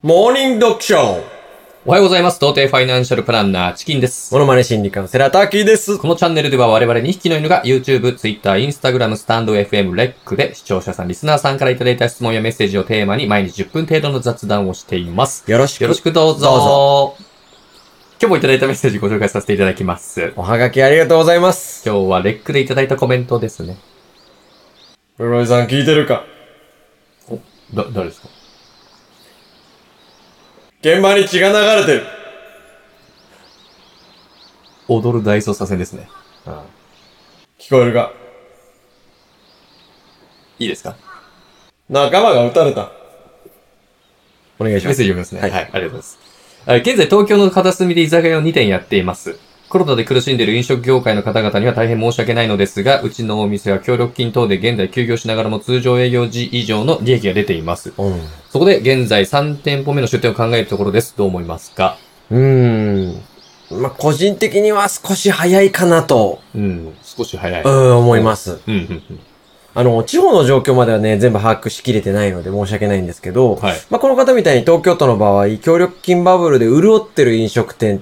モーニング読書おはようございます。童貞ファイナンシャルプランナー、チキンです。 モノマネ心理カウンセラー、ターキーです。 このチャンネルでは我々2匹の犬が YouTube、Twitter、Instagram、スタンド FM、レックで視聴者さん、リスナーさんからいただいた質問やメッセージをテーマに毎日10分程度の雑談をしています。 よろしくどうぞ。今日もいただいたメッセージご紹介させていただきます。 おはがきありがとうございます。 今日はレックでいただいたコメントですね。 室井さん聞いてるか？ 誰ですか？ 現場に血が流れてる。 踊る大捜査線ですね。 聞こえるか？ いいですか？ 仲間が撃たれた。お願いします。 メッセージ読みますね。 ははいい、ありがとうございます。現在東京の片隅で居酒屋を2店やっています。コロナで苦しんでいる飲食業界の方々には大変申し訳ないのですが、うちのお店は協力金等で現在休業しながらも通常営業時以上の利益が出ています。そこで現在3店舗目の出店を考えるところです。どう思いますか？ 個人的には少し早いかなと。 少し早い。 思います。地方の状況まではね、全部把握しきれてないので申し訳ないんですけど、 はい。 この方みたいに東京都の場合、協力金バブルで潤ってる飲食店って、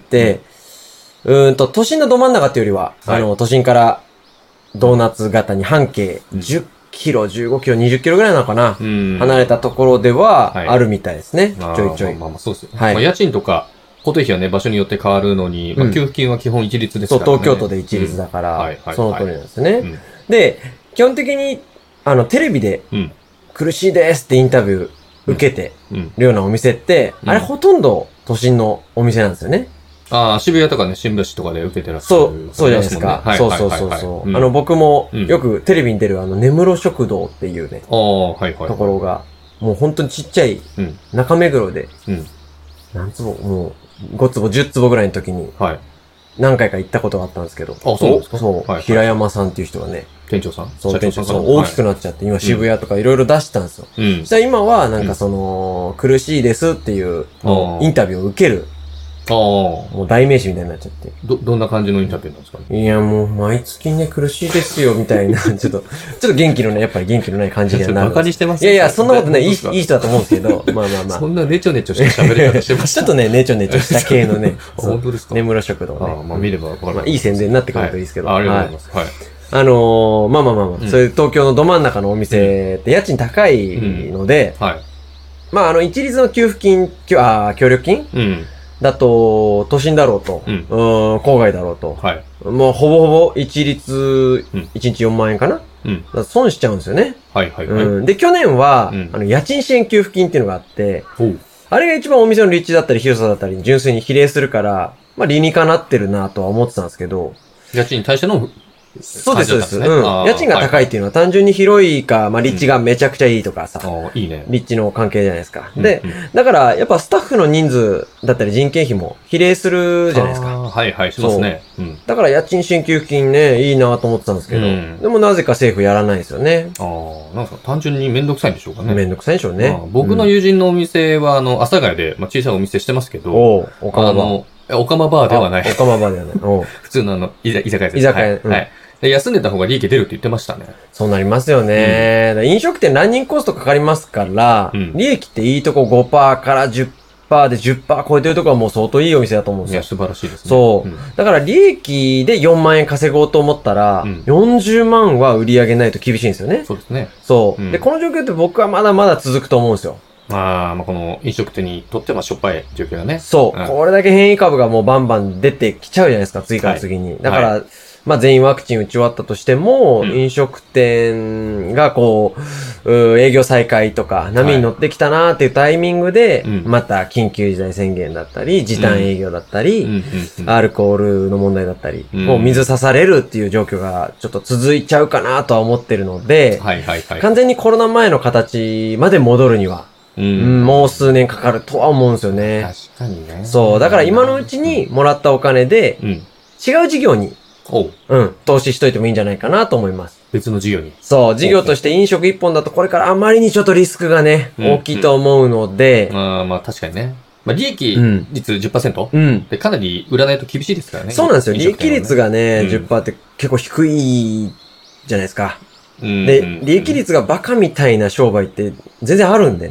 都心のど真ん中っていうよりは、 はい都心からドーナツ型に半径10キロ、15キロ、20キロぐらいなのかな、離れたところではあるみたいですね。ちょいちょい。 そうですよ。 はい。 家賃とか、固定費はね、場所によって変わるのに、給付金は基本一律ですからね。 そう、東京都で一律だから、その通りなんですね。で、基本的に、テレビで、苦しいですってインタビュー受けてるようなお店って、あれほとんど都心のお店なんですよね。 渋谷とかね、新聞紙とかで受けてらっしゃる。そうじゃないですか。そう。僕もよくテレビに出る根室食堂っていうね、ところが、もう本当にちっちゃい中目黒で、何坪、もう5坪、10坪ぐらいの時に、何回か行ったことがあったんですけど、 そうですか？ そう、平山さんっていう人がね、 店長さん？ そう、店長さん大きくなっちゃって、今渋谷とかいろいろ出したんですよ。そしたら今はなんか苦しいですっていうインタビューを受ける。もう代名詞みたいになっちゃって。 どんな感じのインタビューなんですかね？ いや、もう毎月ね、苦しいですよ、みたいな。ちょっと元気のね、やっぱり元気のない感じにはなる。 バカにしてますいや、そんなことね、いい人だと思うんですけど、まあ。 そんなネチョネチョした喋り方してました。 ちょっとね、ネチョネチョした系のね。 本当ですか？ 根室食堂ね。 見ればわかる。 いい宣伝になってくるといいですけど。 ありがとうございます。はい。 そういう東京のど真ん中のお店って家賃高いので、一律の給付金、協力金だと、都心だろうと、郊外だろうと、もうほぼほぼ一律、1日4万円かな、損しちゃうんですよね。で、去年は、家賃支援給付金っていうのがあって、あれが一番お店の立地だったり広さだったりに純粋に比例するから、理にかなってるなとは思ってたんですけど。 家賃に対してのそうです、そうです。家賃が高いっていうのは単純に広いか、立地がめちゃくちゃいいとかさ。 いいね。 立地の関係じゃないですか。で、だからやっぱスタッフの人数だったり人件費も比例するじゃないですか。 しますね。 だから家賃支援給付金ね、いいなと思ってたんですけど、でもなぜか政府やらないですよね。 なんか単純にめんどくさいんでしょうかね。 めんどくさいでしょうね。 僕の友人のお店は、阿佐ヶ谷で、小さいお店してますけど、 おかまバー。 おかまバーではない。 おかまバーではない。 普通の居酒屋です。 居酒屋。 はい。で、休んでた方が利益出るって言ってましたね。 そうなりますよね。飲食店ランニングコストかかりますから、利益っていいとこ 5% から10%で10% 超えてるとこはもう相当いいお店だと思うんですよ。 いや、素晴らしいですね。 そう。だから利益で4万円稼ごうと思ったら、40万は売り上げないと厳しいんですよね。 そうですね。 そう。で、この状況って僕はまだまだ続くと思うんですよ。 この飲食店にとってはしょっぱい状況がね。 そう。これだけ変異株がもうバンバン出てきちゃうじゃないですか、次から次に。だから、全員ワクチン打ち終わったとしても、飲食店が営業再開とか、波に乗ってきたなーっていうタイミングで、また緊急事態宣言だったり、時短営業だったり、アルコールの問題だったり、もう水刺されるっていう状況がちょっと続いちゃうかなとは思ってるので、完全にコロナ前の形まで戻るには、もう数年かかるとは思うんですよね。 確かにね。 そう。だから今のうちにもらったお金で、違う事業に、投資しといてもいいんじゃないかなと思います。 別の事業に。 そう。事業として飲食一本だとこれからあまりにちょっとリスクがね、大きいと思うので。 確かにね。利益率 10%? でかなり売らないと厳しいですからね。 そうなんですよ。利益率がね、10% って結構低いじゃないですか。で、利益率がバカみたいな商売って全然あるんでね。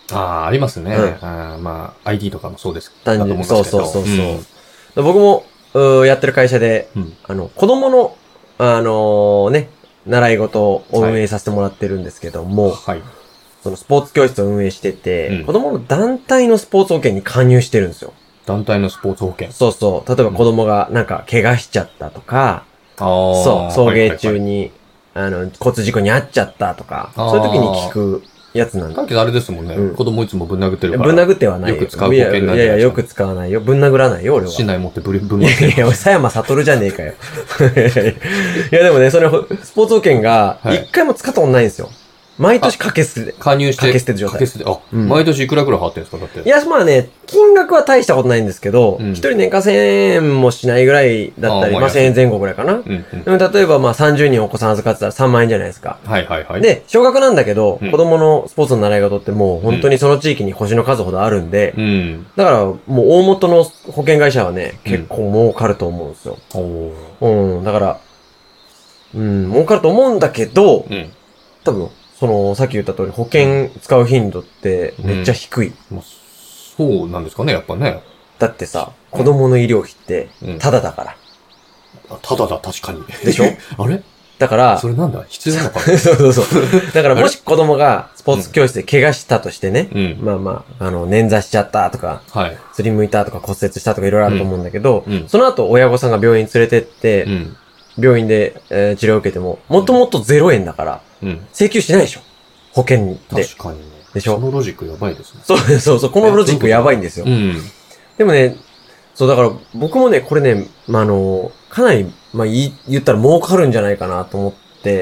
ありますね。まあ、ID とかもそうです。だと思いますけど。 そう。僕も、やってる会社で、子供の、習い事を運営させてもらってるんですけども、そのスポーツ教室を運営してて、子供の団体のスポーツ保険に加入してるんですよ。 団体のスポーツ保険。 そう。例えば子供がなんか怪我しちゃったとか、送迎中に、交通事故に遭っちゃったとか、そういう時に聞くやつなんだ。 だけどあれですもんね。子供いつもぶん殴ってるから。 ぶん殴ってはないよ。 よく使う保険なんじゃないですか。 いや、よく使わないよ。ぶん殴らないよ、俺は。 市内持ってぶん殴ってる。 いや、俺、佐山悟じゃねえかよ。いや、でもね、それ、スポーツ保険が、一回も使ったことないんですよ。毎年加入してる状態。 毎年いくらくらい払ってるんですかだって。 いや、まあね、金額は大したことないんですけど、一人年間1000円もしないぐらいだったり、まあ1000円前後ぐらいかな。でも例えばまあ30人お子さん預かってたら3万円じゃないですか。で、少額なんだけど、子供のスポーツの習い事ってもう本当にその地域に星の数ほどあるんで、だからもう大元の保険会社はね、結構儲かると思うんですよ。だから、儲かると思うんだけど、多分、さっき言った通り保険使う頻度ってめっちゃ低い。 そうなんですかね、やっぱね。 だってさ、子供の医療費って、タダだから。 タダだ、確かに。 でしょあれだから、 それなんだ必要なのかなそう。だからもし子供がスポーツ教室で怪我したとしてね、まあ、捻挫しちゃったとか、すりむいたとか骨折したとかいろいろあると思うんだけど、その後親御さんが病院に連れてって、病院で、治療を受けても、もともと0円だから、請求しないでしょ保険で。 確かにね。 でしょそのロジックやばいですね。 そう、このロジックやばいんですよ。でもね、だから僕もね、これね、かなり、言ったら儲かるんじゃないかなと思って、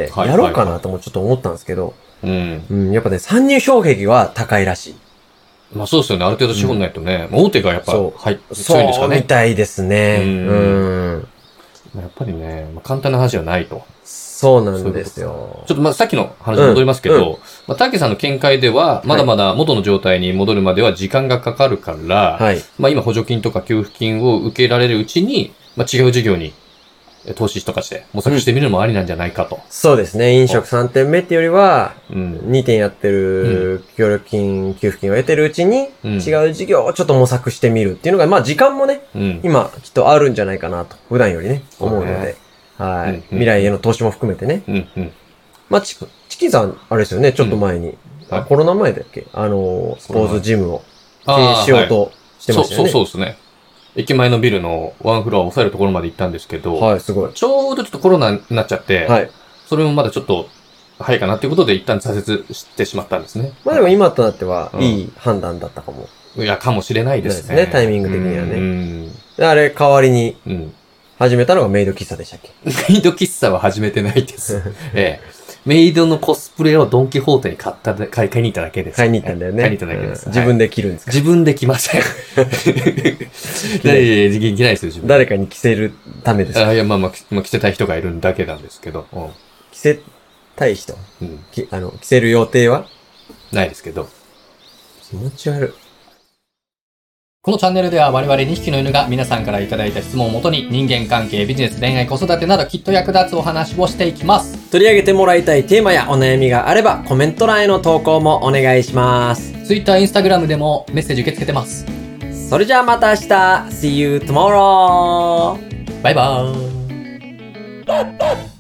やろうかなともちょっと思ったんですけど、やっぱね、参入障壁は高いらしい。 まあそうですよね。ある程度資本ないとね、大手がやっぱ、強いんですかね。 そうみたいですね。 やっぱりね、簡単な話じゃないと。 そうなんですよ。 ちょっとさっきの話に戻りますけど、タケさんの見解では、まだまだ元の状態に戻るまでは時間がかかるから、今補助金とか給付金を受けられるうちに、違う事業に投資とかして模索してみるのもありなんじゃないかと。 そうですね。飲食3点目っていうよりは、2点やってる協力金、給付金を得てるうちに、違う事業をちょっと模索してみるっていうのが、時間もね、今きっとあるんじゃないかなと、普段よりね、思うので。未来への投資も含めてね。チキンさん、あれですよね、ちょっと前に。コロナ前だっけスポーツジムを経営しようとしてましたよね。 そうですね。駅前のビルのワンフロアを抑えるところまで行ったんですけど、 すごい。 ちょうどちょっとコロナになっちゃって、それもまだちょっと早いかなっていうことで一旦挫折してしまったんですね。 でも今となってはいい判断だったかも。 いや、かもしれないですね。 タイミング的にはね。あれ、代わりに、始めたのがメイド喫茶でしたっけ？ メイド喫茶は始めてないです。メイドのコスプレをドンキホーテに買いに行っただけです。 買いに行ったんだよね。 買いに行っただけです。 自分で着るんですか？ 自分で着ません。着ないですよ、自分。 誰かに着せるためですか？ いや、着せたい人がいるだけなんですけど。 着せたい人？着せる予定は？ ないですけど。 気持ち悪い。 このチャンネルでは我々2匹の犬が皆さんからいただいた質問をもとに人間関係、ビジネス、恋愛、子育てなどきっと役立つお話をしていきます。 取り上げてもらいたいテーマやお悩みがあればコメント欄への投稿もお願いします。 Twitter、Instagram でもメッセージ受け付けてます。 それじゃあまた明日 See you tomorrow! バイバーイ